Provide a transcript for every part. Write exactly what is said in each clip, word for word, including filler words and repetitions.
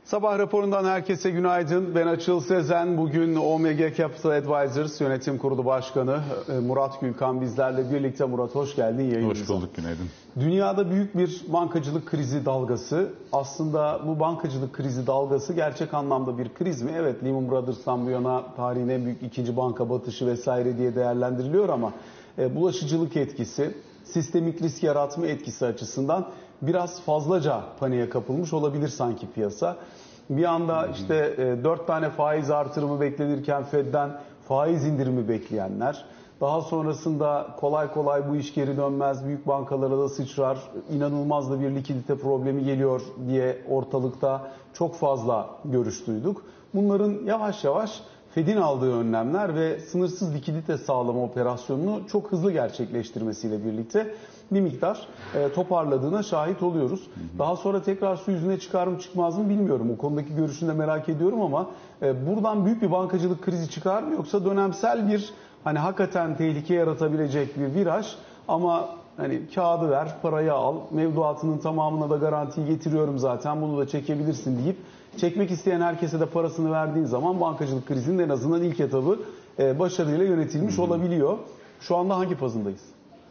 Sabah raporundan herkese günaydın. Ben Açıl Sezen. Bugün O M G Capital Advisors Yönetim Kurulu Başkanı Murat Gülkan bizlerle birlikte. Murat hoş geldin yayınımıza. Hoş bulduk, günaydın. Dünyada büyük bir bankacılık krizi dalgası. Aslında bu bankacılık krizi dalgası gerçek anlamda bir kriz mi? Evet, Lehman Brothers'tan bu yana tarihin en büyük ikinci banka batışı vesaire diye değerlendiriliyor ama e, bulaşıcılık etkisi, sistemik risk yaratma etkisi açısından biraz fazlaca paniğe kapılmış olabilir sanki piyasa. Bir anda işte dört tane faiz artırımı beklenirken Fed'den faiz indirimi bekleyenler, daha sonrasında kolay kolay bu iş geri dönmez, büyük bankalara da sıçrar, inanılmaz da bir likidite problemi geliyor diye ortalıkta çok fazla görüş duyduk. Bunların yavaş yavaş Fed'in aldığı önlemler ve sınırsız likidite sağlama operasyonunu çok hızlı gerçekleştirmesiyle birlikte bir miktar e, toparladığına şahit oluyoruz. Hı hı. Daha sonra tekrar su yüzüne çıkar mı çıkmaz mı bilmiyorum. O konudaki görüşünü de merak ediyorum ama e, buradan büyük bir bankacılık krizi çıkar mı yoksa dönemsel bir hani hakikaten tehlike yaratabilecek bir viraj ama hani kağıdı ver, parayı al, mevduatının tamamına da garantiyi getiriyorum zaten bunu da çekebilirsin deyip çekmek isteyen herkese de parasını verdiğin zaman bankacılık krizinin en azından ilk etabı e, başarıyla yönetilmiş hı hı. olabiliyor. Şu anda hangi fazındayız?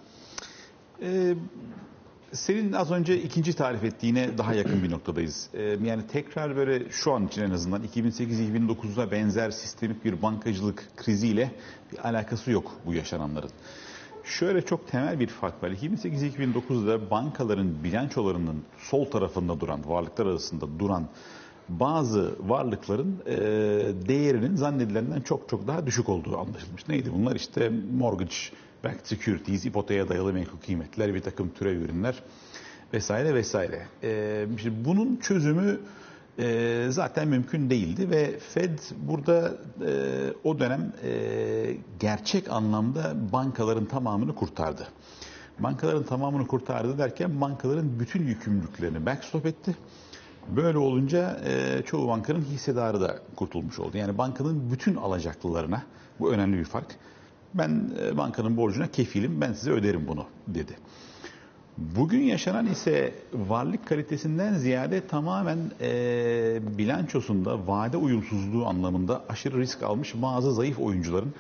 Ee, senin az önce ikinci tarif ettiğine daha yakın bir noktadayız. Ee, yani tekrar böyle şu an için en azından iki bin sekiz iki bin dokuz'a benzer sistemik bir bankacılık kriziyle bir alakası yok bu yaşananların. Şöyle çok temel bir fark var. iki bin sekiz iki bin dokuz'da bankaların bilançolarının sol tarafında duran, varlıklar arasında duran bazı varlıkların e, değerinin zannedilenden çok çok daha düşük olduğu anlaşılmış. Neydi bunlar? İşte mortgage backed securities, ipoteğe dayalı menkul kıymetler, bir takım türev ürünler vesaire vesaire. E, işte bunun çözümü e, zaten mümkün değildi ve Fed burada e, o dönem e, gerçek anlamda bankaların tamamını kurtardı. Bankaların tamamını kurtardı derken bankaların bütün yükümlülüklerini backstop etti. Böyle olunca e, çoğu bankanın hissedarı da kurtulmuş oldu. Yani bankanın bütün alacaklılarına, bu önemli bir fark, ben e, bankanın borcuna kefilim, ben size öderim bunu dedi. Bugün yaşanan ise varlık kalitesinden ziyade tamamen e, bilançosunda vade uyumsuzluğu anlamında aşırı risk almış bazı zayıf oyuncuların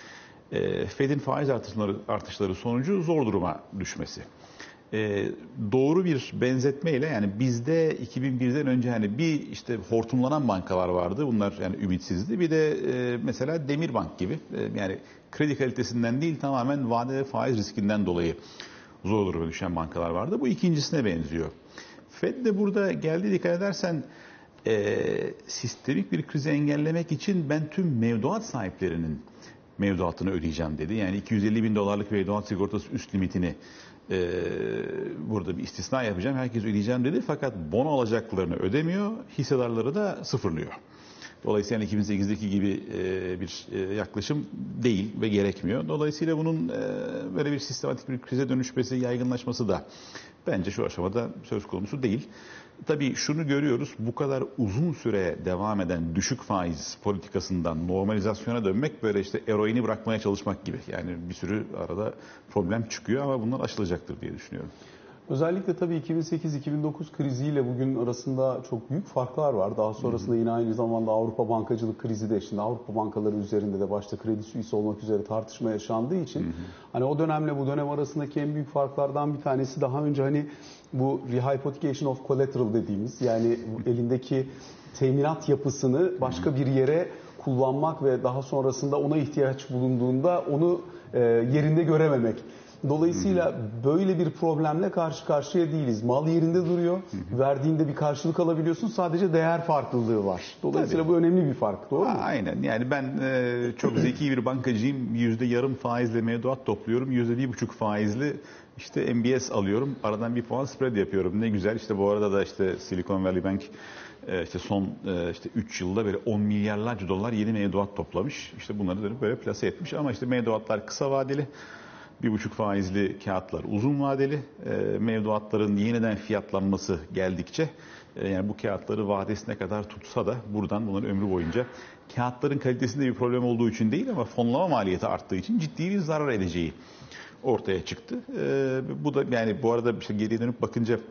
e, Fed'in faiz artışları, artışları sonucu zor duruma düşmesi. Ee, doğru bir benzetmeyle yani bizde iki bin bir'den önce hani bir işte hortumlanan bankalar vardı. Bunlar yani ümitsizdi. Bir de e, mesela Demirbank gibi e, yani kredi kalitesinden değil tamamen vade ve faiz riskinden dolayı zor duruma düşen bankalar vardı. Bu ikincisine benziyor. Fed de burada geldi, dikkat edersen e, sistemik bir krizi engellemek için ben tüm mevduat sahiplerinin mevduatını ödeyeceğim dedi. Yani iki yüz elli bin dolarlık mevduat sigortası üst limitini Ee, burada bir istisna yapacağım, herkes ödeyeceğim dedi. Fakat bono alacaklarını ödemiyor, hissedarları da sıfırlıyor. Dolayısıyla iki bin sekiz'deki gibi e, bir e, yaklaşım değil ve gerekmiyor. Dolayısıyla bunun e, böyle bir sistematik bir krize dönüşmesi, yaygınlaşması da bence şu aşamada söz konusu değil. Tabii şunu görüyoruz, bu kadar uzun süre devam eden düşük faiz politikasından normalizasyona dönmek böyle işte eroini bırakmaya çalışmak gibi. Yani bir sürü arada problem çıkıyor ama bunlar aşılacaktır diye düşünüyorum. Özellikle tabii iki bin sekiz iki bin dokuz kriziyle bugün arasında çok büyük farklar var. Daha sonrasında yine aynı zamanda Avrupa bankacılık krizi de, şimdi Avrupa bankaları üzerinde de başta Credit Suisse olmak üzere tartışma yaşandığı için hı hı. hani o dönemle bu dönem arasındaki en büyük farklardan bir tanesi daha önce hani bu rehypothecation of collateral dediğimiz, yani elindeki teminat yapısını başka bir yere kullanmak ve daha sonrasında ona ihtiyaç bulunduğunda onu e, yerinde görememek. Dolayısıyla böyle bir problemle karşı karşıya değiliz. Mal yerinde duruyor. Hı hı. Verdiğinde bir karşılık alabiliyorsun. Sadece değer farklılığı var. Dolayısıyla Tabii. bu önemli bir fark. Doğru mu? Aynen. Yani ben e, çok zeki bir bankacıyım. Yüzde yarım faizle mevduat topluyorum. Yüzde bir buçuk faizli işte M B S alıyorum. Aradan bir puan spread yapıyorum. Ne güzel. İşte bu arada da işte Silicon Valley Bank e, işte son e, işte üç yılda böyle on milyarlarca dolar yeni mevduat toplamış. İşte bunları dönüp böyle plase etmiş. Ama işte mevduatlar kısa vadeli. Bir buçuk faizli kağıtlar uzun vadeli, e, mevduatların yeniden fiyatlanması geldikçe e, yani bu kağıtları vadesine kadar tutsa da buradan bunların ömrü boyunca kağıtların kalitesinde bir problem olduğu için değil ama fonlama maliyeti arttığı için ciddi bir zarar edeceği ortaya çıktı. E, bu da yani bu arada işte geriye dönüp bakınca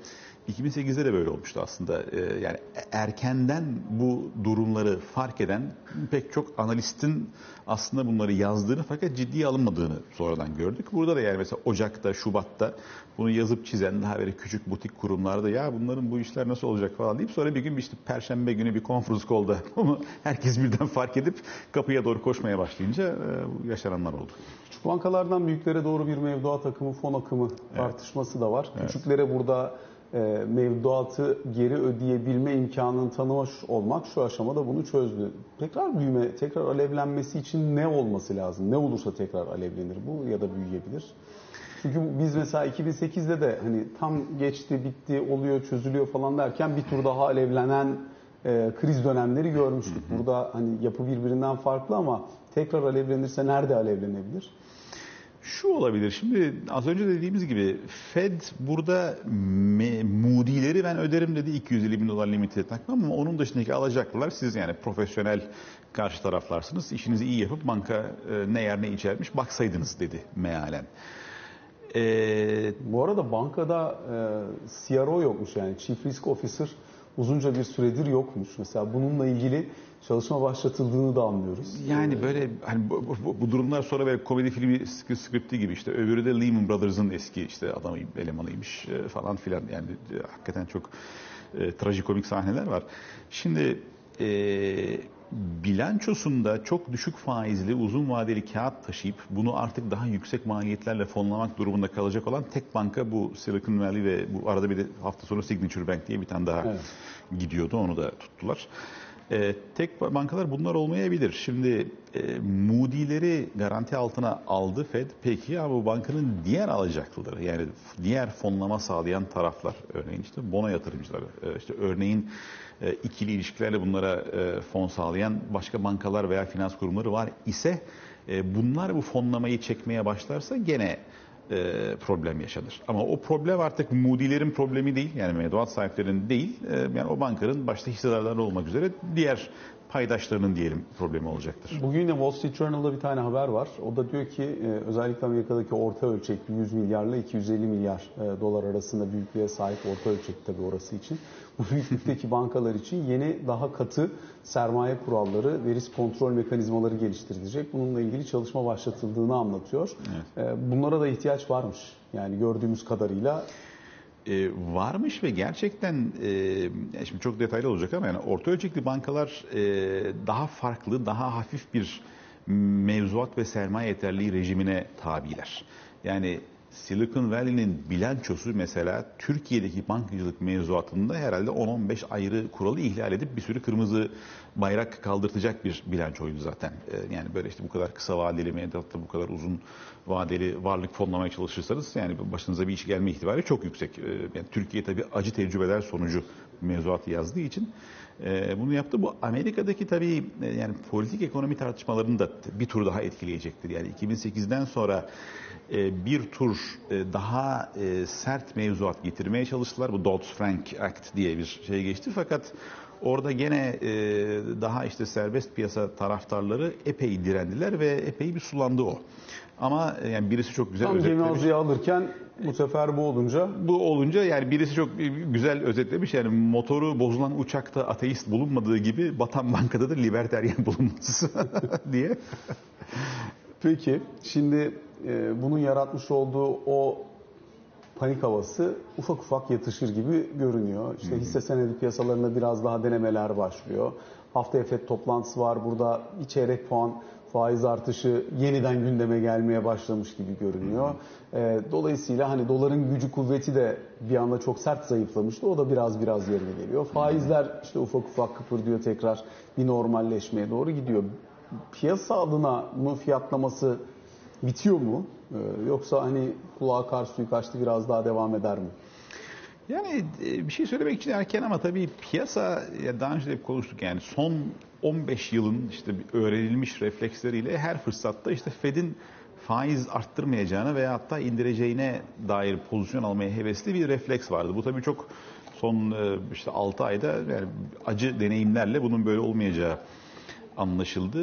iki bin sekizde de böyle olmuştu aslında. Ee, yani erkenden bu durumları fark eden pek çok analistin aslında bunları yazdığını fakat ciddiye alınmadığını sonradan gördük. Burada da yani mesela Ocak'ta, Şubat'ta bunu yazıp çizen daha böyle küçük butik kurumlarda ya bunların bu işler nasıl olacak falan deyip sonra bir gün işte Perşembe günü bir conference call'da onu herkes birden fark edip kapıya doğru koşmaya başlayınca yaşananlar oldu. Küçük bankalardan büyüklere doğru bir mevduat akımı, fon akımı evet. tartışması da var. Evet. Küçüklere burada e, mevduatı geri ödeyebilme imkanını tanımış olmak şu aşamada bunu çözdü. Tekrar büyüme, tekrar alevlenmesi için ne olması lazım? Ne olursa tekrar alevlenir bu ya da büyüyebilir. Çünkü biz mesela iki bin sekizde de hani tam geçti, bitti, oluyor, çözülüyor falan derken bir tur daha alevlenen e, kriz dönemleri görmüştük. Hı hı. Burada hani yapı birbirinden farklı ama tekrar alevlenirse nerede alevlenebilir? Şu olabilir. Şimdi az önce dediğimiz gibi Fed burada Moody'leri ben öderim dedi, iki yüz elli bin dolar limiti takmam ama onun dışındaki alacaklılar siz yani profesyonel karşı taraflarsınız. İşinizi iyi yapıp banka e, ne yer ne içermiş baksaydınız dedi mealen. Ee, Bu arada bankada e, C R O yokmuş yani Chief Risk Officer uzunca bir süredir yokmuş. Mesela bununla ilgili çalışma başlatıldığını da anlıyoruz. Yani böyle hani bu, bu, bu durumlar sonra böyle komedi filmi skripti gibi işte öbürü de Lehman Brothers'ın eski işte adamı elemanıymış falan filan yani hakikaten çok e, trajikomik sahneler var. Şimdi e, bilançosunda çok düşük faizli uzun vadeli kağıt taşıyıp bunu artık daha yüksek maliyetlerle fonlamak durumunda kalacak olan tek banka bu Silicon Valley ve bu arada bir de hafta sonu Signature Bank diye bir tane daha evet. gidiyordu, onu da tuttular. Ee, tek bankalar bunlar olmayabilir. Şimdi e, Moody'leri garanti altına aldı Fed. Peki ya bu bankanın diğer alacaklıları yani diğer fonlama sağlayan taraflar örneğin işte bono yatırımcıları e, işte örneğin e, ikili ilişkilerle bunlara e, fon sağlayan başka bankalar veya finans kurumları var ise e, bunlar bu fonlamayı çekmeye başlarsa gene E, problem yaşanır. Ama o problem artık Moody'lerin problemi değil, yani mevduat sahiplerinin değil, e, yani o bankanın başta hissedarları olmak üzere diğer paydaşlarının diyelim problemi olacaktır. Bugün de Wall Street Journal'da bir tane haber var. O da diyor ki e, özellikle Amerika'daki orta ölçekli yüz milyarla iki yüz elli milyar e, dolar arasında büyüklüğe sahip orta ölçekli tabii orası için. Bu büyüklükteki bankalar için yeni daha katı sermaye kuralları ve risk kontrol mekanizmaları geliştirilecek. Bununla ilgili çalışma başlatıldığını anlatıyor. Evet. E, bunlara da ihtiyaç varmış. Yani gördüğümüz kadarıyla. Ee, varmış ve gerçekten e, şimdi çok detaylı olacak ama yani orta ölçekli bankalar e, daha farklı, daha hafif bir mevzuat ve sermaye yeterliği rejimine tabiler. Yani Silicon Valley'nin bilançosu mesela Türkiye'deki bankacılık mevzuatında herhalde on on beş ayrı kuralı ihlal edip bir sürü kırmızı bayrak kaldırtacak bir bilançoydu zaten. Yani böyle işte bu kadar kısa vadeli mevduatta bu kadar uzun vadeli varlık fonlamaya çalışırsanız yani başınıza bir iş gelme ihtimali çok yüksek. Yani Türkiye tabii acı tecrübeler sonucu mevzuatı yazdığı için bunu yaptı. Bu Amerika'daki tabii yani politik ekonomi tartışmalarını da bir tur daha etkileyecektir. Yani iki bin sekizden sonra bir tur daha sert mevzuat getirmeye çalıştılar. Bu Dodd-Frank Act diye bir şey geçti. Fakat orada gene daha işte serbest piyasa taraftarları epey direndiler ve epey bir sulandı o. Ama yani birisi çok güzel özetlemiş. Tam cenazeye alırken bu sefer bu olunca. Bu olunca yani birisi çok güzel özetlemiş. Yani motoru bozulan uçakta ateist bulunmadığı gibi batan bankada da liberteryen bulunması diye. Peki şimdi e, bunun yaratmış olduğu o panik havası ufak ufak yatışır gibi görünüyor. İşte hmm. hisse senedi piyasalarında biraz daha denemeler başlıyor. Haftaya Fed toplantısı var. Burada bir çeyrek puan faiz artışı yeniden gündeme gelmeye başlamış gibi görünüyor. E, dolayısıyla hani doların gücü kuvveti de bir anda çok sert zayıflamıştı. O da biraz biraz yerine geliyor. Faizler işte ufak ufak kıpırdıyor, tekrar bir normalleşmeye doğru gidiyor. Piyasa adına mı fiyatlaması bitiyor mu? Ee, yoksa hani kulağa kar suyu kaçtı biraz daha devam eder mi? Yani bir şey söylemek için erken ama tabii piyasa daha önce de konuştuk yani son on beş yılın işte öğrenilmiş refleksleriyle her fırsatta işte Fed'in faiz arttırmayacağına veya hatta indireceğine dair pozisyon almaya hevesli bir refleks vardı. Bu tabii çok son işte altı ayda yani acı deneyimlerle bunun böyle olmayacağı anlaşıldı.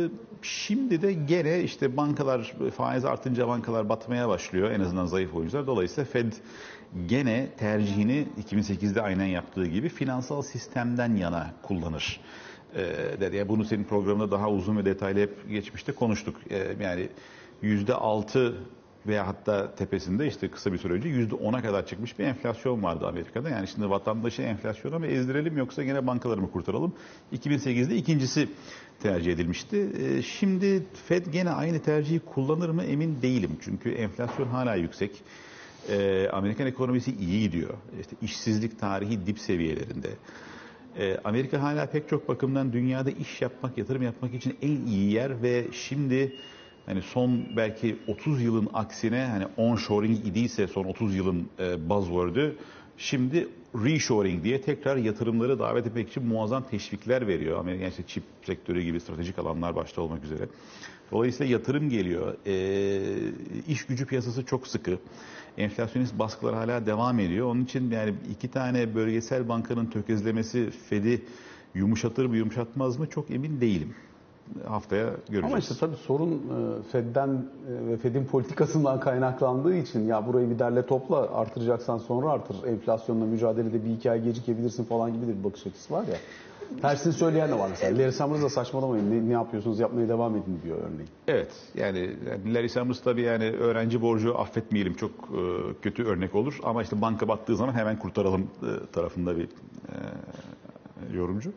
şimdi de gene işte bankalar faiz artınca bankalar batmaya başlıyor. En azından zayıf oyuncular. Dolayısıyla Fed gene tercihini iki bin sekizde aynen yaptığı gibi finansal sistemden yana kullanır. Ee, dedi. Yani bunu senin programında daha uzun ve detaylı hep geçmişte konuştuk. Ee, yani yüzde altı veya hatta tepesinde işte kısa bir süre önce yüzde ona kadar çıkmış bir enflasyon vardı Amerika'da. Yani şimdi vatandaşı enflasyona mı ezdirelim yoksa gene bankaları mı kurtaralım? iki bin sekizde ikincisi tercih edilmişti. Ee, şimdi Fed gene aynı tercihi kullanır mı emin değilim. Çünkü enflasyon hala yüksek. Ee, Amerikan ekonomisi iyi gidiyor. İşte işsizlik tarihi dip seviyelerinde. Ee, Amerika hala pek çok bakımdan dünyada iş yapmak, yatırım yapmak için en iyi yer ve şimdi hani son belki otuz yılın aksine hani onshoring idiyse son otuz yılın e, buzzword'ü şimdi reshoring diye tekrar yatırımları davet etmek için muazzam teşvikler veriyor. Amerika işte çip sektörü gibi stratejik alanlar başta olmak üzere. Dolayısıyla yatırım geliyor. E, iş gücü piyasası çok sıkı. Enflasyonist baskılar hala devam ediyor. Onun için yani iki tane bölgesel bankanın tökezlemesi Fed'i yumuşatır mı yumuşatmaz mı çok emin değilim. Haftaya göreceğiz. Ama işte tabii sorun e, Fed'den e, ve Fed'in politikasından kaynaklandığı için ya burayı bir derle topla artıracaksan sonra artır. Enflasyonla mücadelede bir iki ay gecikebilirsin falan gibi de bir bakış açısı var ya. Tersini söyleyen de var mesela. Larry Summers da saçmalamayın ne, ne yapıyorsunuz yapmaya devam edin diyor örneğin. Evet yani Larry Summers tabii yani öğrenci borcu affetmeyelim çok e, kötü örnek olur. Ama işte banka battığı zaman hemen kurtaralım e, tarafında bir e, yorumcu.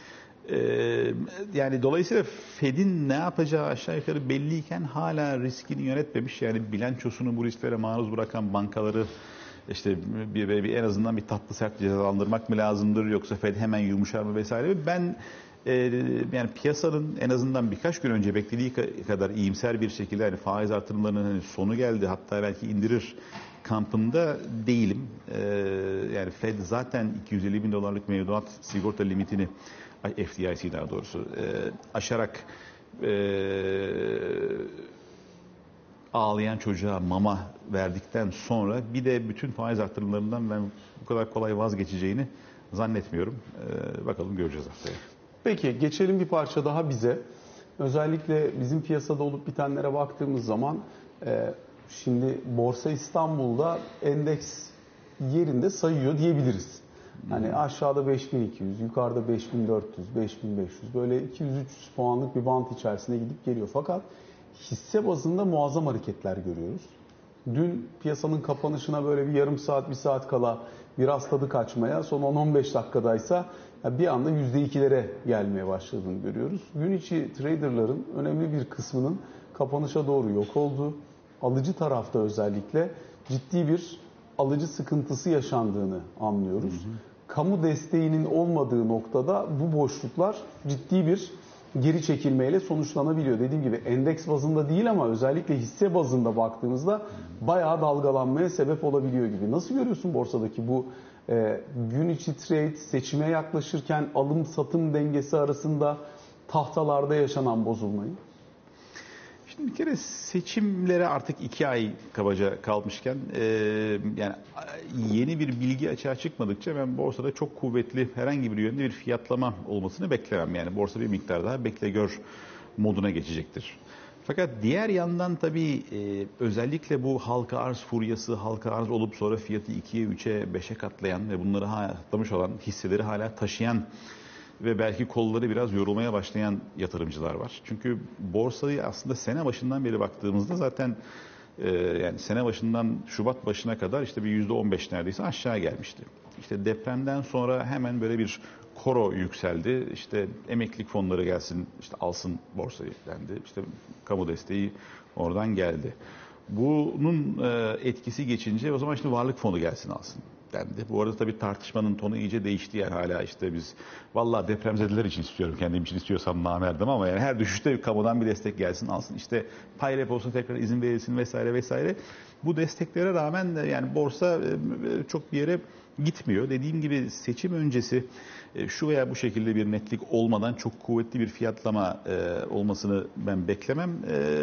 Yani dolayısıyla Fed'in ne yapacağı aşağı yukarı belliyken hala riskini yönetmemiş. Yani bilançosunu bu risklere maruz bırakan bankaları işte bir, bir en azından bir tatlı sert cezalandırmak mı lazımdır yoksa Fed hemen yumuşar mı vesaire. Ben e, yani piyasanın en azından birkaç gün önce beklediği kadar iyimser bir şekilde hani faiz artırımlarının hani sonu geldi hatta belki indirir kampında değilim. E, yani Fed zaten iki yüz elli bin dolarlık mevduat sigorta limitini F D I C daha doğrusu e, aşarak e, ağlayan çocuğa mama verdikten sonra bir de bütün faiz artırımlarından ben bu kadar kolay vazgeçeceğini zannetmiyorum. E, bakalım göreceğiz haftaya. Peki geçelim bir parça daha bize. Özellikle bizim piyasada olup bitenlere baktığımız zaman e, şimdi Borsa İstanbul'da endeks yerinde sayıyor diyebiliriz. Hani aşağıda beş bin iki yüz, yukarıda beş bin dört yüz, beş bin beş yüz böyle iki yüz üç yüz puanlık bir bant içerisine gidip geliyor. Fakat hisse bazında muazzam hareketler görüyoruz. Dün piyasanın kapanışına böyle bir yarım saat, bir saat kala biraz tadı kaçmaya, son on on beş dakikadaysa bir anda yüzde ikilere gelmeye başladığını görüyoruz. Gün içi traderların önemli bir kısmının kapanışa doğru yok olduğu, alıcı tarafta özellikle ciddi bir alıcı sıkıntısı yaşandığını anlıyoruz. Hı hı. Kamu desteğinin olmadığı noktada bu boşluklar ciddi bir geri çekilmeyle sonuçlanabiliyor. Dediğim gibi endeks bazında değil ama özellikle hisse bazında baktığımızda bayağı dalgalanmaya sebep olabiliyor gibi. Nasıl görüyorsun borsadaki bu e, gün içi trade seçime yaklaşırken alım satım dengesi arasında tahtalarda yaşanan bozulmayı? Şimdi bir kere seçimlere artık iki ay kabaca kalmışken e, yani yeni bir bilgi açığa çıkmadıkça ben borsada çok kuvvetli herhangi bir yönde bir fiyatlama olmasını beklemem. Yani borsa bir miktar daha bekle gör moduna geçecektir. Fakat diğer yandan tabii e, özellikle bu halka arz furyası, halka arz olup sonra fiyatı ikiye, üçe, beşe katlayan ve bunları hala katlamış olan hisseleri hala taşıyan ve belki kolları biraz yorulmaya başlayan yatırımcılar var. Çünkü borsayı aslında sene başından beri baktığımızda zaten e, yani sene başından Şubat başına kadar işte bir yüzde on beş neredeyse aşağı gelmişti. İşte depremden sonra hemen böyle bir koro yükseldi. İşte emeklilik fonları gelsin, işte alsın borsayı dendi. İşte kamu desteği oradan geldi. Bunun e, etkisi geçince o zaman işte varlık fonu gelsin alsın dendi. Bu arada tabii tartışmanın tonu iyice değişti yani hala işte biz vallahi depremzedeler için istiyorum kendim için istiyorsam namerdim ama yani her düşüşte kamudan bir destek gelsin alsın işte pay reposuna tekrar izin verilsin vesaire vesaire. Bu desteklere rağmen de yani borsa çok bir yere gitmiyor. Dediğim gibi seçim öncesi şu veya bu şekilde bir netlik olmadan çok kuvvetli bir fiyatlama olmasını ben beklemem.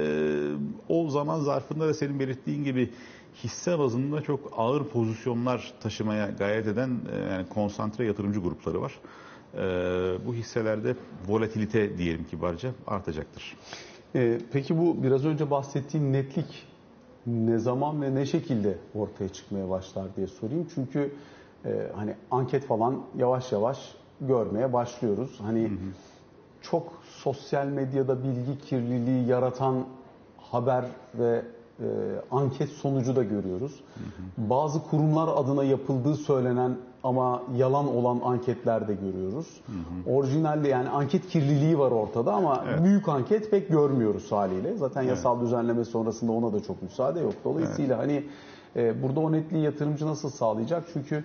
O zaman zarfında da senin belirttiğin gibi hisse bazında çok ağır pozisyonlar taşımaya gayret eden yani konsantre yatırımcı grupları var. Bu hisselerde volatilite diyelim kibarca artacaktır. Ee, peki bu biraz önce bahsettiğin netlik ne zaman ve ne şekilde ortaya çıkmaya başlar diye sorayım. Çünkü e, hani anket falan yavaş yavaş görmeye başlıyoruz. Hani hı hı. çok sosyal medyada bilgi kirliliği yaratan haber ve e, anket sonucu da görüyoruz. Hı hı. Bazı kurumlar adına yapıldığı söylenen ama yalan olan anketler de görüyoruz. Hı hı. Orijinalde yani anket kirliliği var ortada ama evet. büyük anket pek görmüyoruz haliyle. Zaten evet. yasal düzenleme sonrasında ona da çok müsaade yok. Dolayısıyla evet. hani e, burada o netliği yatırımcı nasıl sağlayacak? Çünkü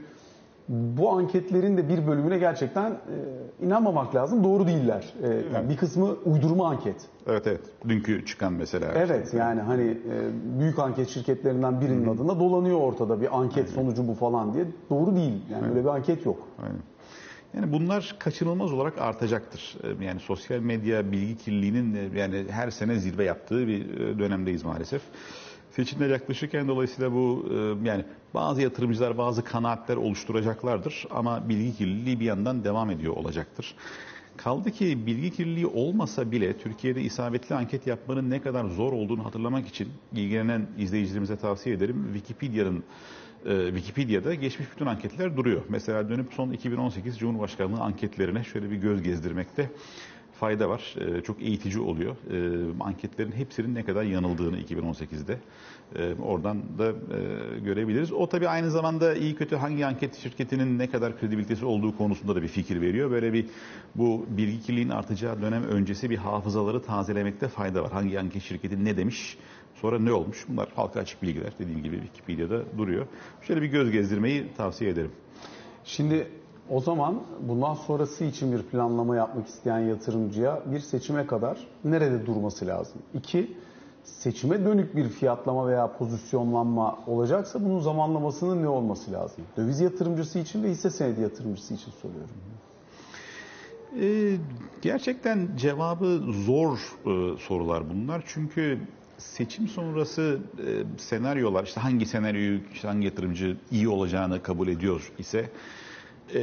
bu anketlerin de bir bölümüne gerçekten e, inanmamak lazım. Doğru değiller. E, evet. yani bir kısmı uydurma anket. Evet evet. Dünkü çıkan mesela. Evet işte. yani hani e, büyük anket şirketlerinden birinin Hı-hı. adına dolanıyor ortada bir anket Aynen. sonucu bu falan diye. Doğru değil. Yani Aynen. öyle bir anket yok. Aynen. Yani bunlar kaçınılmaz olarak artacaktır. Yani sosyal medya bilgi kirliliğinin yani her sene zirve yaptığı bir dönemdeyiz maalesef. Seçimler yaklaşırken dolayısıyla bu yani bazı yatırımcılar bazı kanaatler oluşturacaklardır ama bilgi kirliliği bir yandan devam ediyor olacaktır. Kaldı ki bilgi kirliliği olmasa bile Türkiye'de isabetli anket yapmanın ne kadar zor olduğunu hatırlamak için ilgilenen izleyicilerimize tavsiye ederim. Wikipedia'nın Wikipedia'da geçmiş bütün anketler duruyor. Mesela dönüp son iki bin on sekiz Cumhurbaşkanlığı anketlerine şöyle bir göz gezdirmekte fayda var. Çok eğitici oluyor. Anketlerin hepsinin ne kadar yanıldığını iki bin on sekizde oradan da görebiliriz. O tabii aynı zamanda iyi kötü hangi anket şirketinin ne kadar kredibilitesi olduğu konusunda da bir fikir veriyor. Böyle bir bu bilgi kirliliğinin artacağı dönem öncesi bir hafızaları tazelemekte fayda var. Hangi anket şirketi ne demiş? Sonra ne olmuş? Bunlar halka açık bilgiler. Dediğim gibi Wikipedia'da duruyor. Şöyle bir göz gezdirmeyi tavsiye ederim. Şimdi o zaman bundan sonrası için bir planlama yapmak isteyen yatırımcıya bir seçime kadar nerede durması lazım? İki, seçime dönük bir fiyatlama veya pozisyonlanma olacaksa bunun zamanlamasının ne olması lazım? Döviz yatırımcısı için ve hisse senedi yatırımcısı için soruyorum. Ee, gerçekten cevabı zor e, sorular bunlar. Çünkü seçim sonrası e, senaryolar, işte hangi senaryoyu, işte hangi yatırımcı iyi olacağını kabul ediyor ise e,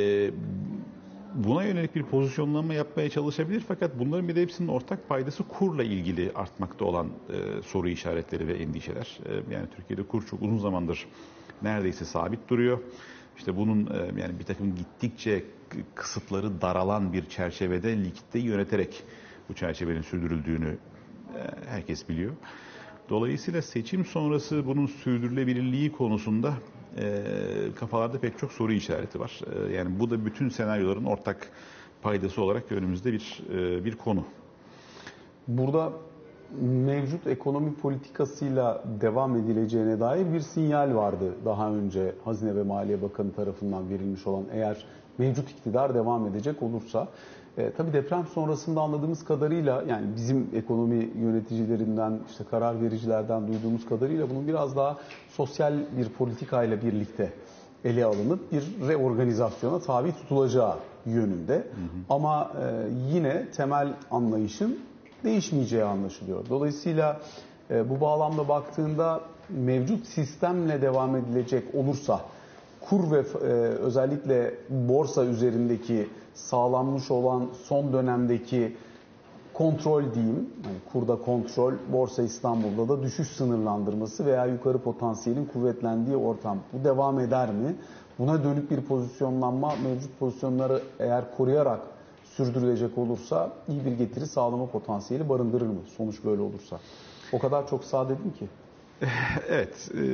buna yönelik bir pozisyonlanma yapmaya çalışabilir. Fakat bunların bir de hepsinin ortak paydası kurla ilgili artmakta olan e, soru işaretleri ve endişeler. E, yani Türkiye'de kur çok uzun zamandır neredeyse sabit duruyor. İşte bunun e, yani bir takım gittikçe kısıtları daralan bir çerçevede likiditeyi yöneterek bu çerçevenin sürdürüldüğünü herkes biliyor. Dolayısıyla seçim sonrası bunun sürdürülebilirliği konusunda e, kafalarda pek çok soru işareti var. E, yani bu da bütün senaryoların ortak paydası olarak önümüzde bir e, bir konu. Burada mevcut ekonomi politikasıyla devam edileceğine dair bir sinyal vardı daha önce Hazine ve Maliye Bakanı tarafından verilmiş olan, eğer mevcut iktidar devam edecek olursa. E, tabii deprem sonrasında anladığımız kadarıyla, yani bizim ekonomi yöneticilerinden, işte karar vericilerden duyduğumuz kadarıyla bunun biraz daha sosyal bir politikayla birlikte ele alınıp bir reorganizasyona tabi tutulacağı yönünde. Hı hı. Ama e, yine temel anlayışın değişmeyeceği anlaşılıyor. Dolayısıyla e, bu bağlamda baktığında mevcut sistemle devam edilecek olursa kur ve e, özellikle borsa üzerindeki sağlanmış olan son dönemdeki kontrol diyeyim, yani kurda kontrol, Borsa İstanbul'da da düşüş sınırlandırması veya yukarı potansiyelin kuvvetlendiği ortam, bu devam eder mi? Buna dönük bir pozisyonlanma, mevcut pozisyonları eğer koruyarak sürdürülecek olursa iyi bir getiri sağlama potansiyeli barındırır mı? Sonuç böyle olursa. O kadar çok sağ dedim ki. Evet, e,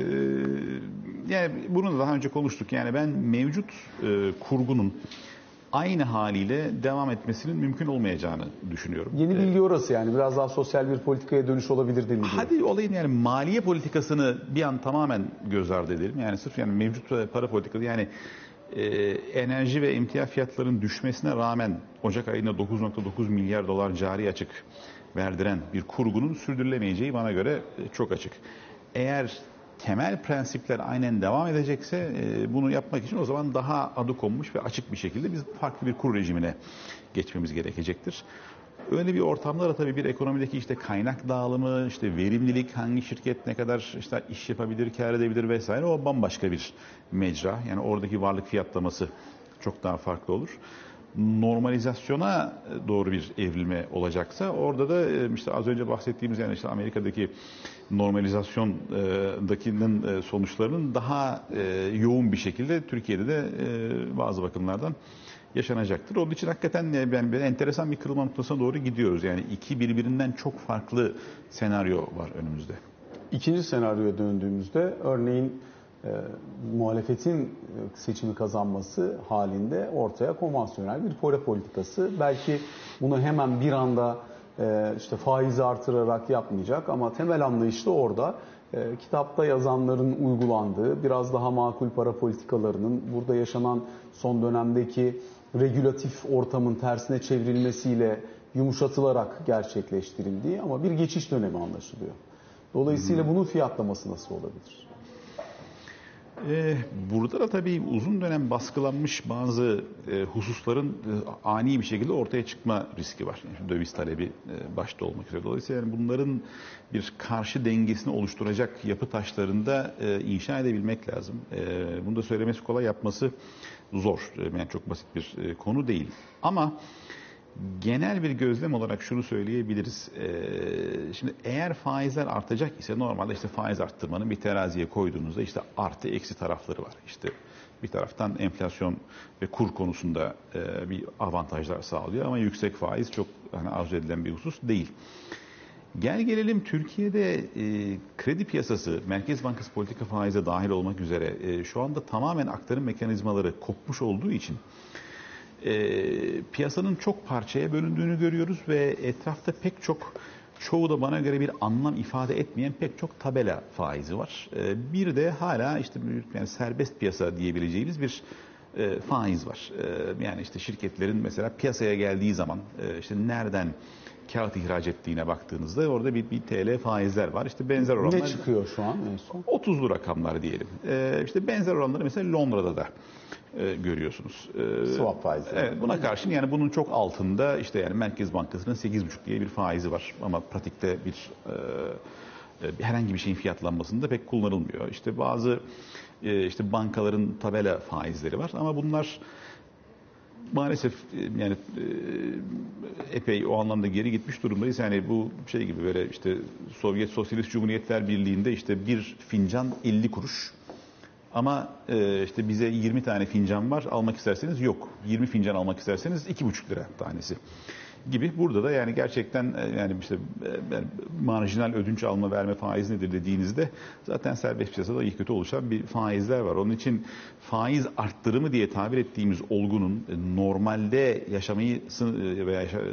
yani bunu da daha önce konuştuk. Yani ben mevcut e, kurgunun aynı haliyle devam etmesinin mümkün olmayacağını düşünüyorum. Yeni bilgi orası, yani biraz daha sosyal bir politikaya dönüş olabilir deniliyor. Hadi olayın yani maliye politikasını bir an tamamen göz ardı edelim. Yani sırf yani mevcut para politikası, yani e, enerji ve emtia fiyatlarının düşmesine rağmen Ocak ayında dokuz virgül dokuz milyar dolar cari açık verdiren bir kurgunun sürdürülemeyeceği bana göre çok açık. Eğer temel prensipler aynen devam edecekse e, bunu yapmak için o zaman daha adı konmuş ve açık bir şekilde biz farklı bir kur rejimine geçmemiz gerekecektir. Öyle bir ortamda da tabii bir ekonomideki işte kaynak dağılımı, işte verimlilik, hangi şirket ne kadar işte iş yapabilir, kâr edebilir vesaire, o bambaşka bir mecra. Yani oradaki varlık fiyatlaması çok daha farklı olur. normalizasyona doğru bir evrilme olacaksa orada da işte az önce bahsettiğimiz yani işte Amerika'daki normalizasyondakinin sonuçlarının daha yoğun bir şekilde Türkiye'de de bazı bakımlardan yaşanacaktır. Onun için hakikaten ben bir enteresan bir kırılma noktasına doğru gidiyoruz. Yani iki birbirinden çok farklı senaryo var önümüzde. İkinci senaryoya döndüğümüzde örneğin e, muhalefetin seçimi kazanması halinde ortaya konvansiyonel bir para politikası. Belki bunu hemen bir anda e, işte faizi artırarak yapmayacak ama temel anlayış da orada. E, kitapta yazanların uygulandığı biraz daha makul para politikalarının burada yaşanan son dönemdeki regülatif ortamın tersine çevrilmesiyle yumuşatılarak gerçekleştirildiği ama bir geçiş dönemi anlaşılıyor. Dolayısıyla bunun fiyatlaması nasıl olabilir? Ee, burada da tabii uzun dönem baskılanmış bazı e, hususların e, ani bir şekilde ortaya çıkma riski var. Yani döviz talebi e, başta olmak üzere. Dolayısıyla yani bunların bir karşı dengesini oluşturacak yapı taşlarında e, inşa edebilmek lazım. E, bunu da söylemesi kolay, yapması zor. Yani çok basit bir e, konu değil. Ama genel bir gözlem olarak şunu söyleyebiliriz. Ee, şimdi eğer faizler artacak ise normalde işte faiz arttırmanın bir teraziye koyduğunuzda işte artı eksi tarafları var. İşte bir taraftan enflasyon ve kur konusunda e, bir avantajlar sağlıyor ama yüksek faiz çok hani arzu edilen bir husus değil. Gel gelelim Türkiye'de e, kredi piyasası, Merkez Bankası politika faize dahil olmak üzere e, şu anda tamamen aktarım mekanizmaları kopmuş olduğu için E, piyasanın çok parçaya bölündüğünü görüyoruz ve etrafta pek çok, çoğu da bana göre bir anlam ifade etmeyen pek çok tabela faizi var. E, bir de hala işte yani serbest piyasa diyebileceğimiz bir e, faiz var. E, yani işte şirketlerin mesela piyasaya geldiği zaman e, işte nereden kağıt ihraç ettiğine baktığınızda orada bir, bir T L faizler var. İşte benzer oranlar. Ne çıkıyor şu an en son? otuzlu rakamlar diyelim. E, işte benzer oranları mesela Londra'da da E, görüyorsunuz. E, Swap faizi. Evet, buna karşın yani bunun çok altında işte yani Merkez Bankası'nın sekiz buçuk diye bir faizi var ama pratikte bir e, e, herhangi bir şeyin fiyatlanmasında pek kullanılmıyor. İşte bazı e, işte bankaların tabela faizleri var ama bunlar maalesef yani e, epey o anlamda geri gitmiş durumdayız. Yani bu şey gibi böyle işte Sovyet Sosyalist Cumhuriyetler Birliği'nde işte bir fincan elli kuruş. Ama e, işte bize yirmi tane fincan var, almak isterseniz yok. yirmi fincan almak isterseniz iki buçuk lira tanesi gibi. Burada da yani gerçekten e, yani işte e, marjinal ödünç alma verme faiz nedir dediğinizde zaten serbest piyasada iyi kötü oluşan bir faizler var. Onun için faiz arttırımı diye tabir ettiğimiz olgunun e, normalde yaşamayı e, veya yaşa, e,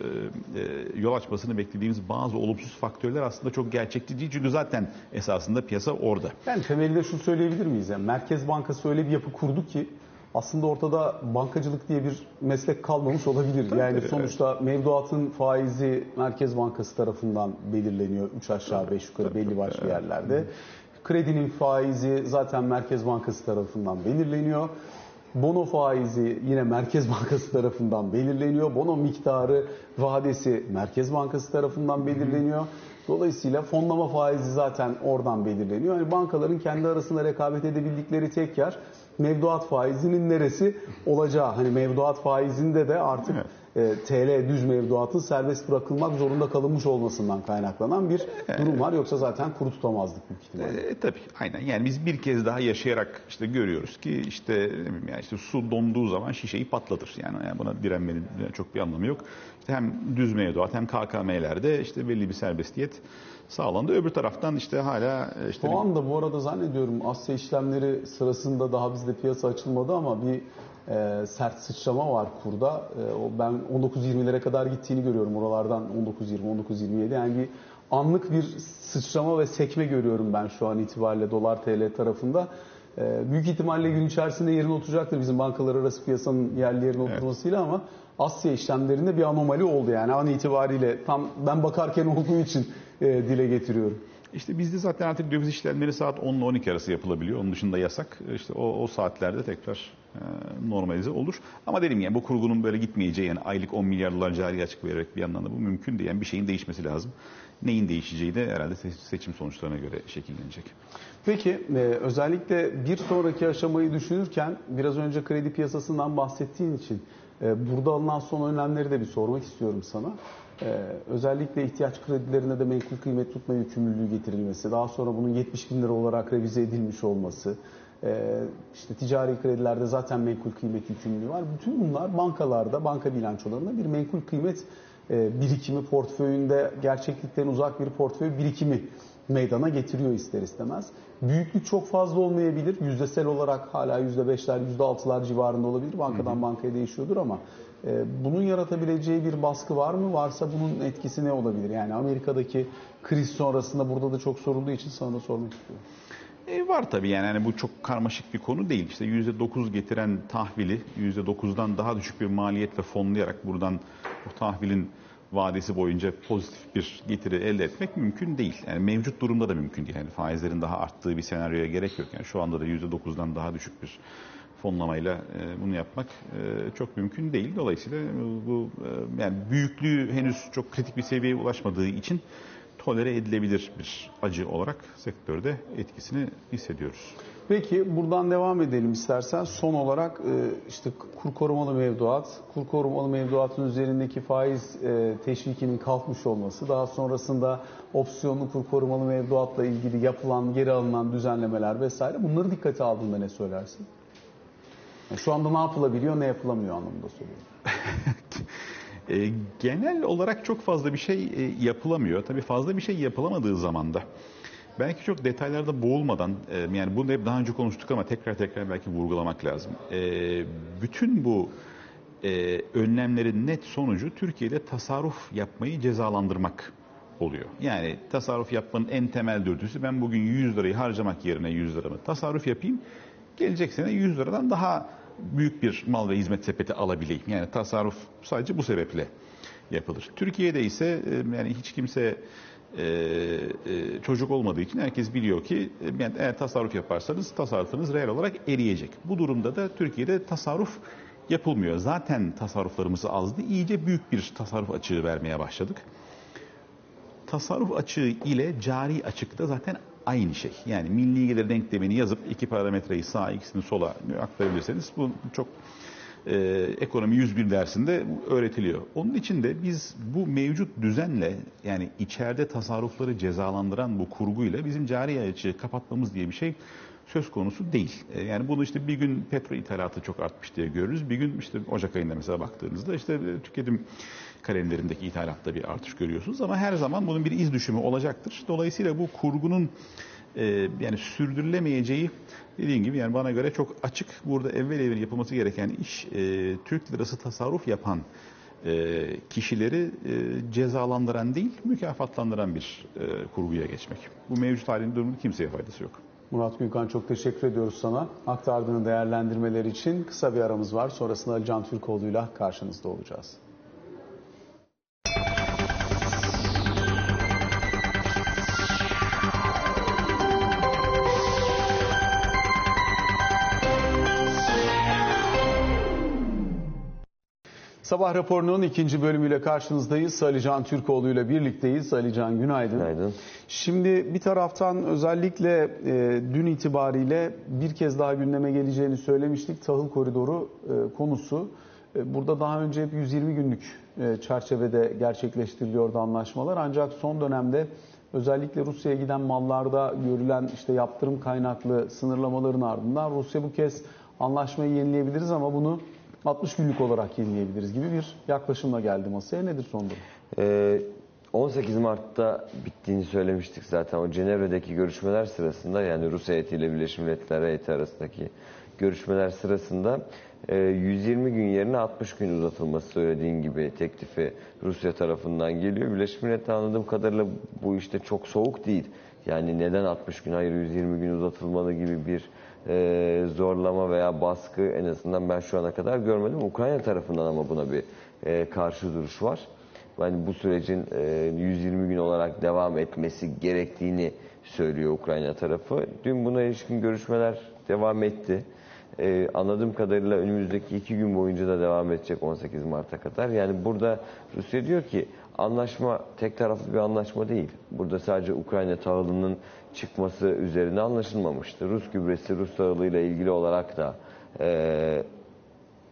e, yol açmasını beklediğimiz bazı olumsuz faktörler aslında çok gerçekçi değil. Çünkü zaten esasında piyasa orada. Yani temelinde şunu söyleyebilir miyiz? Yani Merkez Bankası öyle bir yapı kurdu ki aslında ortada bankacılık diye bir meslek kalmamış olabilir. Tabii, yani evet. sonuçta mevduatın faizi Merkez Bankası tarafından belirleniyor. üç aşağı beş yukarı Tabii, belli başlı evet. yerlerde. Kredinin faizi zaten Merkez Bankası tarafından belirleniyor. Bono faizi yine Merkez Bankası tarafından belirleniyor. Bono miktarı, vadesi Merkez Bankası tarafından belirleniyor. Dolayısıyla fonlama faizi zaten oradan belirleniyor. Yani bankaların kendi arasında rekabet edebildikleri tek yer mevduat faizinin neresi olacağı. Hani mevduat faizinde de artık evet. e, T L düz mevduatın serbest bırakılmak zorunda kalınmış olmasından kaynaklanan bir durum var. Yoksa zaten kuru tutamazdık büyük ihtimalle. E, tabii aynen. Yani biz bir kez daha yaşayarak işte görüyoruz ki işte ne bileyim yani işte su donduğu zaman şişeyi patlatır. Yani, yani buna direnmenin çok bir anlamı yok. İşte hem düz mevduat hem K K M'lerde işte belli bir serbestiyet sağlandı. Öbür taraftan işte hala işte şu anda bu arada zannediyorum Asya işlemleri sırasında daha bizde piyasa açılmadı ama bir e, sert sıçrama var kurda. E, o ben on dokuz yirmilere kadar gittiğini görüyorum oralardan on dokuz yirmi on dokuz yirmi yedi. Yani bir anlık bir sıçrama ve sekme görüyorum ben şu an itibariyle dolar T L tarafında. E, büyük ihtimalle gün içerisinde yerine oturacaktır bizim bankalar arası piyasanın yerli yerine oturmasıyla evet. Ama Asya işlemlerinde bir anomali oldu yani an itibariyle tam ben bakarken olduğu için e, dile getiriyorum. İşte bizde zaten artık döviz işlemleri saat on ile on iki arası yapılabiliyor. Onun dışında yasak. İşte o, o saatlerde tekrar e, normalize olur. Ama dedim yani bu kurgunun böyle gitmeyeceği yani aylık on milyar dolar cari açık vererek bir yandan da bu mümkün değil. Yani bir şeyin değişmesi lazım. Neyin değişeceği de herhalde seçim sonuçlarına göre şekillenecek. Peki e, özellikle bir sonraki aşamayı düşünürken biraz önce kredi piyasasından bahsettiğin için Burada alınan son önlemleri de bir sormak istiyorum sana. Özellikle ihtiyaç kredilerine de menkul kıymet tutma yükümlülüğü getirilmesi, daha sonra bunun yetmiş bin lira olarak revize edilmiş olması, işte ticari kredilerde zaten menkul kıymet yükümlülüğü var. Bütün bunlar bankalarda, banka bilançolarında bir menkul kıymet birikimi, portföyünde gerçeklikten uzak bir portföy birikimi meydana getiriyor ister istemez. Büyüklük çok fazla olmayabilir. Yüzdesel olarak hala yüzde beşler, yüzde altılar civarında olabilir. Bankadan bankaya değişiyordur ama e, bunun yaratabileceği bir baskı var mı? Varsa bunun etkisi ne olabilir? Yani Amerika'daki kriz sonrasında burada da çok sorulduğu için sana da sormak istiyorum. E var tabii yani, yani bu çok karmaşık bir konu değil. İşte yüzde dokuz getiren tahvili yüzde dokuzdan daha düşük bir maliyetle fonlayarak buradan o tahvilin vadesi boyunca pozitif bir getiri elde etmek mümkün değil. Yani mevcut durumda da mümkün değil. Yani faizlerin daha arttığı bir senaryoya gerek yok. Yani şu anda da yüzde dokuzdan daha düşük bir fonlamayla bunu yapmak çok mümkün değil. Dolayısıyla bu yani büyüklüğü henüz çok kritik bir seviyeye ulaşmadığı için tolere edilebilir bir acı olarak sektörde etkisini hissediyoruz. Peki buradan devam edelim istersen. Son olarak işte kur korumalı mevduat, kur korumalı mevduatın üzerindeki faiz teşvikinin kalkmış olması, daha sonrasında opsiyonlu kur korumalı mevduatla ilgili yapılan, geri alınan düzenlemeler vesaire. Bunları dikkate aldığında ne söylersin? Yani şu anda ne yapılabiliyor, ne yapılamıyor anlamında soruyorum. E, genel olarak çok fazla bir şey e, yapılamıyor. Tabii fazla bir şey yapılamadığı zaman da belki çok detaylarda boğulmadan, e, yani bunu hep daha önce konuştuk ama tekrar tekrar belki vurgulamak lazım. E, bütün bu e, önlemlerin net sonucu Türkiye'de tasarruf yapmayı cezalandırmak oluyor. Yani tasarruf yapmanın en temel dürtüsü, ben bugün yüz lirayı harcamak yerine yüz liramı tasarruf yapayım. Gelecek sene yüz liradan daha büyük bir mal ve hizmet sepeti alabileyim. Yani tasarruf sadece bu sebeple yapılır. Türkiye'de ise yani hiç kimse e, e, çocuk olmadığı için herkes biliyor ki yani eğer tasarruf yaparsanız tasarrufunuz reel olarak eriyecek. Bu durumda da Türkiye'de tasarruf yapılmıyor. Zaten tasarruflarımız azdı. İyice büyük bir tasarruf açığı vermeye başladık. Tasarruf açığı ile cari açık da zaten aynı şey. Yani milli gelir denklemini yazıp iki parametreyi sağa, ikisini sola aktarabilirseniz bu çok e, ekonomi yüz bir dersinde öğretiliyor. Onun için de biz bu mevcut düzenle, yani içeride tasarrufları cezalandıran bu kurguyla bizim cari açığı kapatmamız diye bir şey söz konusu değil. E, yani bunu işte bir gün petrol ithalatı çok artmış diye görürüz. Bir gün işte Ocak ayında mesela baktığınızda işte tüketim kalemlerindeki ithalatta bir artış görüyorsunuz ama her zaman bunun bir iz düşümü olacaktır. Dolayısıyla bu kurgunun e, yani sürdürülemeyeceği, dediğim gibi yani bana göre çok açık. Burada evvel evvel yapılması gereken iş e, Türk lirası tasarruf yapan e, kişileri e, cezalandıran değil, mükafatlandıran bir e, kurguya geçmek. Bu mevcut halinin durumunun kimseye faydası yok. Murat Gülkan, çok teşekkür ediyoruz sana. Aktardığın değerlendirmeler için kısa bir aramız var. Sonrasında Ali Can Türkoğlu'yla karşınızda olacağız. Sabah raporunun ikinci bölümüyle karşınızdayız. Ali Can Türkoğlu ile birlikteyiz. Ali Can, günaydın. Günaydın. Şimdi bir taraftan özellikle e, dün itibariyle bir kez daha gündeme geleceğini söylemiştik. Tahıl koridoru e, konusu. E, burada daha önce hep yüz yirmi günlük e, çerçevede gerçekleştiriliyordu anlaşmalar. Ancak son dönemde özellikle Rusya'ya giden mallarda görülen işte yaptırım kaynaklı sınırlamaların ardından Rusya bu kez anlaşmayı yenileyebiliriz ama bunu altmış günlük olarak yenileyebiliriz gibi bir yaklaşımla geldi masaya. Nedir son durum? Ee, on sekiz Mart'ta bittiğini söylemiştik zaten. O Cenevre'deki görüşmeler sırasında, yani Rusya heyetiyle Birleşmiş Milletler heyeti arasındaki görüşmeler sırasında yüz yirmi gün yerine altmış gün uzatılması söylediğin gibi teklifi Rusya tarafından geliyor. Birleşmiş Milletler anladığım kadarıyla bu işte çok soğuk değil. Yani neden altmış gün, hayır yüz yirmi gün uzatılmalı gibi bir e, zorlama veya baskı en azından ben şu ana kadar görmedim. Ukrayna tarafından ama buna bir e, karşı duruş var. Yani bu sürecin e, yüz yirmi gün olarak devam etmesi gerektiğini söylüyor Ukrayna tarafı. Dün buna ilişkin görüşmeler devam etti. Ee, anladığım kadarıyla önümüzdeki iki gün boyunca da devam edecek on sekiz Mart'a kadar. Yani burada Rusya diyor ki anlaşma tek taraflı bir anlaşma değil. Burada sadece Ukrayna tahılının çıkması üzerine anlaşılmamıştı. Rus gübresi, Rus tahılıyla ilgili olarak da e,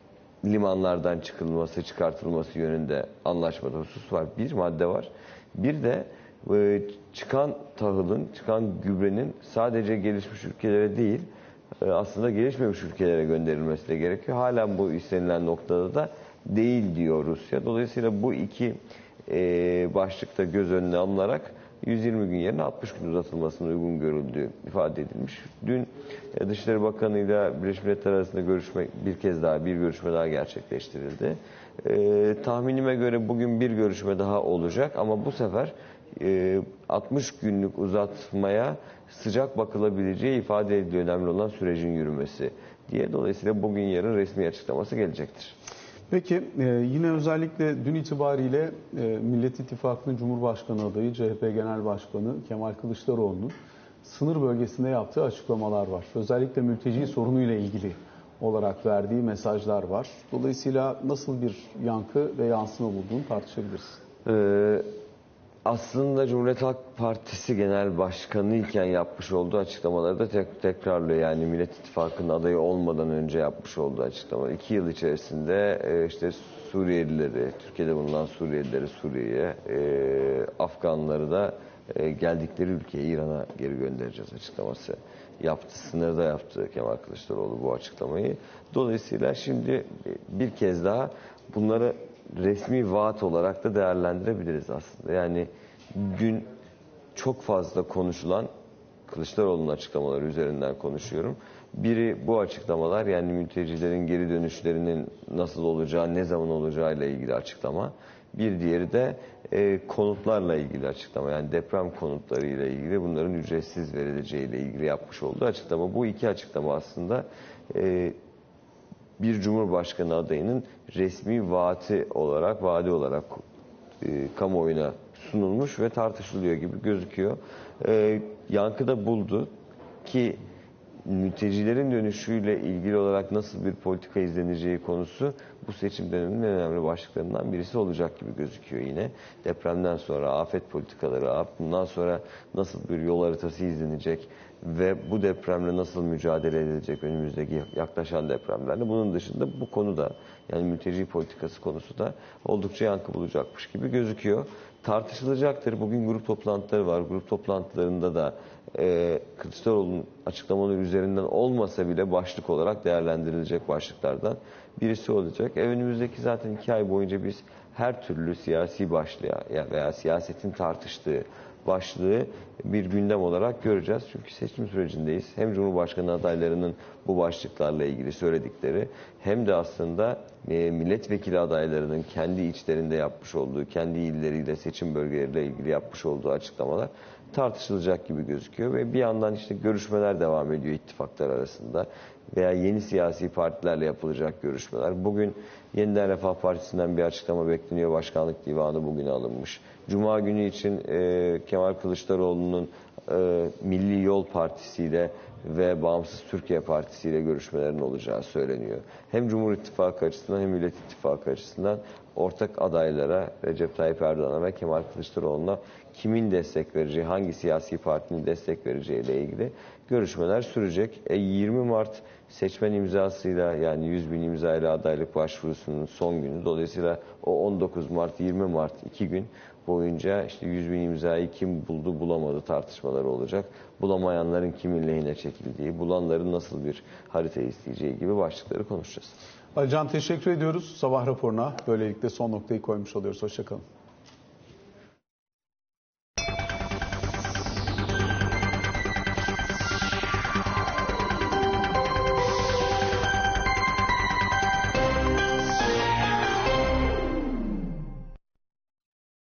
limanlardan çıkılması, çıkartılması yönünde anlaşmada husus var. Bir madde var. Bir de e, çıkan tahılın, çıkan gübrenin sadece gelişmiş ülkelere değil, e, aslında gelişmemiş ülkelere gönderilmesi de gerekiyor. Halen bu istenilen noktada da değil diyor Rusya. Dolayısıyla bu iki e, başlıkta göz önüne alınarak yüz yirmi gün yerine altmış gün uzatılmasının uygun görüldüğü ifade edilmiş. Dün e, Dışişleri Bakanı ile Birleşmiş Milletler arasında görüşme bir kez daha bir görüşme daha gerçekleştirildi. E, tahminime göre bugün bir görüşme daha olacak ama bu sefer e, altmış günlük uzatmaya sıcak bakılabileceği ifade ediliyor. Önemli olan sürecin yürümesi diye. Dolayısıyla bugün yarın resmi açıklaması gelecektir. Peki e, yine özellikle dün itibariyle e, Millet İttifakı'nın Cumhurbaşkanı adayı C H P Genel Başkanı Kemal Kılıçdaroğlu'nun sınır bölgesinde yaptığı açıklamalar var. Özellikle mülteci sorunuyla ilgili olarak verdiği mesajlar var. Dolayısıyla nasıl bir yankı ve yansıma bulduğunu tartışabiliriz. Ee, aslında Cumhuriyet Halk Partisi Genel Başkanı iken yapmış olduğu açıklamaları da tek, tekrarlıyor. Yani Millet İttifakı'nın adayı olmadan önce yapmış olduğu açıklamalar. İki yıl içerisinde e, işte Suriyelileri, Türkiye'de bulunan Suriyelileri Suriye'ye, e, Afganları da e, geldikleri ülkeye İran'a geri göndereceğiz açıklaması yaptı. Sınırda yaptı Kemal Kılıçdaroğlu bu açıklamayı. Dolayısıyla şimdi bir kez daha bunları resmi vaat olarak da değerlendirebiliriz aslında. Yani dün çok fazla konuşulan Kılıçdaroğlu'nun açıklamaları üzerinden konuşuyorum. Biri bu açıklamalar, yani mültecilerin geri dönüşlerinin nasıl olacağı, ne zaman olacağı ile ilgili açıklama. Bir diğeri de e, konutlarla ilgili açıklama. Yani deprem konutları ile ilgili bunların ücretsiz verileceği ile ilgili yapmış olduğu açıklama. Bu iki açıklama aslında e, bir Cumhurbaşkanı adayının resmi vaati olarak, vaadi olarak e, kamuoyuna sunulmuş ve tartışılıyor gibi gözüküyor. E, yankıda buldu ki mültecilerin dönüşüyle ilgili olarak nasıl bir politika izleneceği konusu bu seçim döneminin en önemli başlıklarından birisi olacak gibi gözüküyor yine. Depremden sonra afet politikaları, bundan sonra nasıl bir yol haritası izlenecek ve bu depremle nasıl mücadele edilecek önümüzdeki yaklaşan depremlerle. Bunun dışında bu konuda, yani mülteci politikası konusu da oldukça yankı bulacakmış gibi gözüküyor. Tartışılacaktır. Bugün grup toplantıları var. Grup toplantılarında da e, Kılıçdaroğlu'nun açıklamaları üzerinden olmasa bile başlık olarak değerlendirilecek başlıklardan birisi olacak. E, önümüzdeki zaten iki ay boyunca biz her türlü siyasi başlığa veya siyasetin tartıştığı başlığı bir gündem olarak göreceğiz. Çünkü seçim sürecindeyiz. Hem Cumhurbaşkanı adaylarının bu başlıklarla ilgili söyledikleri hem de aslında e, milletvekili adaylarının kendi içlerinde yapmış olduğu, kendi illeriyle, seçim bölgeleriyle ilgili yapmış olduğu açıklamalar tartışılacak gibi gözüküyor. Ve bir yandan işte görüşmeler devam ediyor ittifaklar arasında veya yeni siyasi partilerle yapılacak görüşmeler. Bugün Yeniden Refah Partisi'nden bir açıklama bekleniyor. Başkanlık divanı bugün alınmış. Cuma günü için e, Kemal Kılıçdaroğlu'nun e, Milli Yol Partisi ile ve Bağımsız Türkiye Partisi ile görüşmelerin olacağı söyleniyor. Hem Cumhur İttifakı açısından hem Millet İttifakı açısından ortak adaylara, Recep Tayyip Erdoğan'a ve Kemal Kılıçdaroğlu'na kimin destek vereceği, hangi siyasi partinin destek vereceği ile ilgili görüşmeler sürecek. E, yirmi Mart seçmen imzasıyla, yani yüz bin imzayla adaylık başvurusunun son günü. Dolayısıyla o on dokuz Mart, yirmi Mart iki gün boyunca işte yüz bin imzayı kim buldu bulamadı tartışmaları olacak. Bulamayanların kimin lehine çekildiği, bulanların nasıl bir harita isteyeceği gibi başlıkları konuşacağız. Alican, teşekkür ediyoruz. Sabah raporuna böylelikle son noktayı koymuş oluyoruz. Hoşça kalın.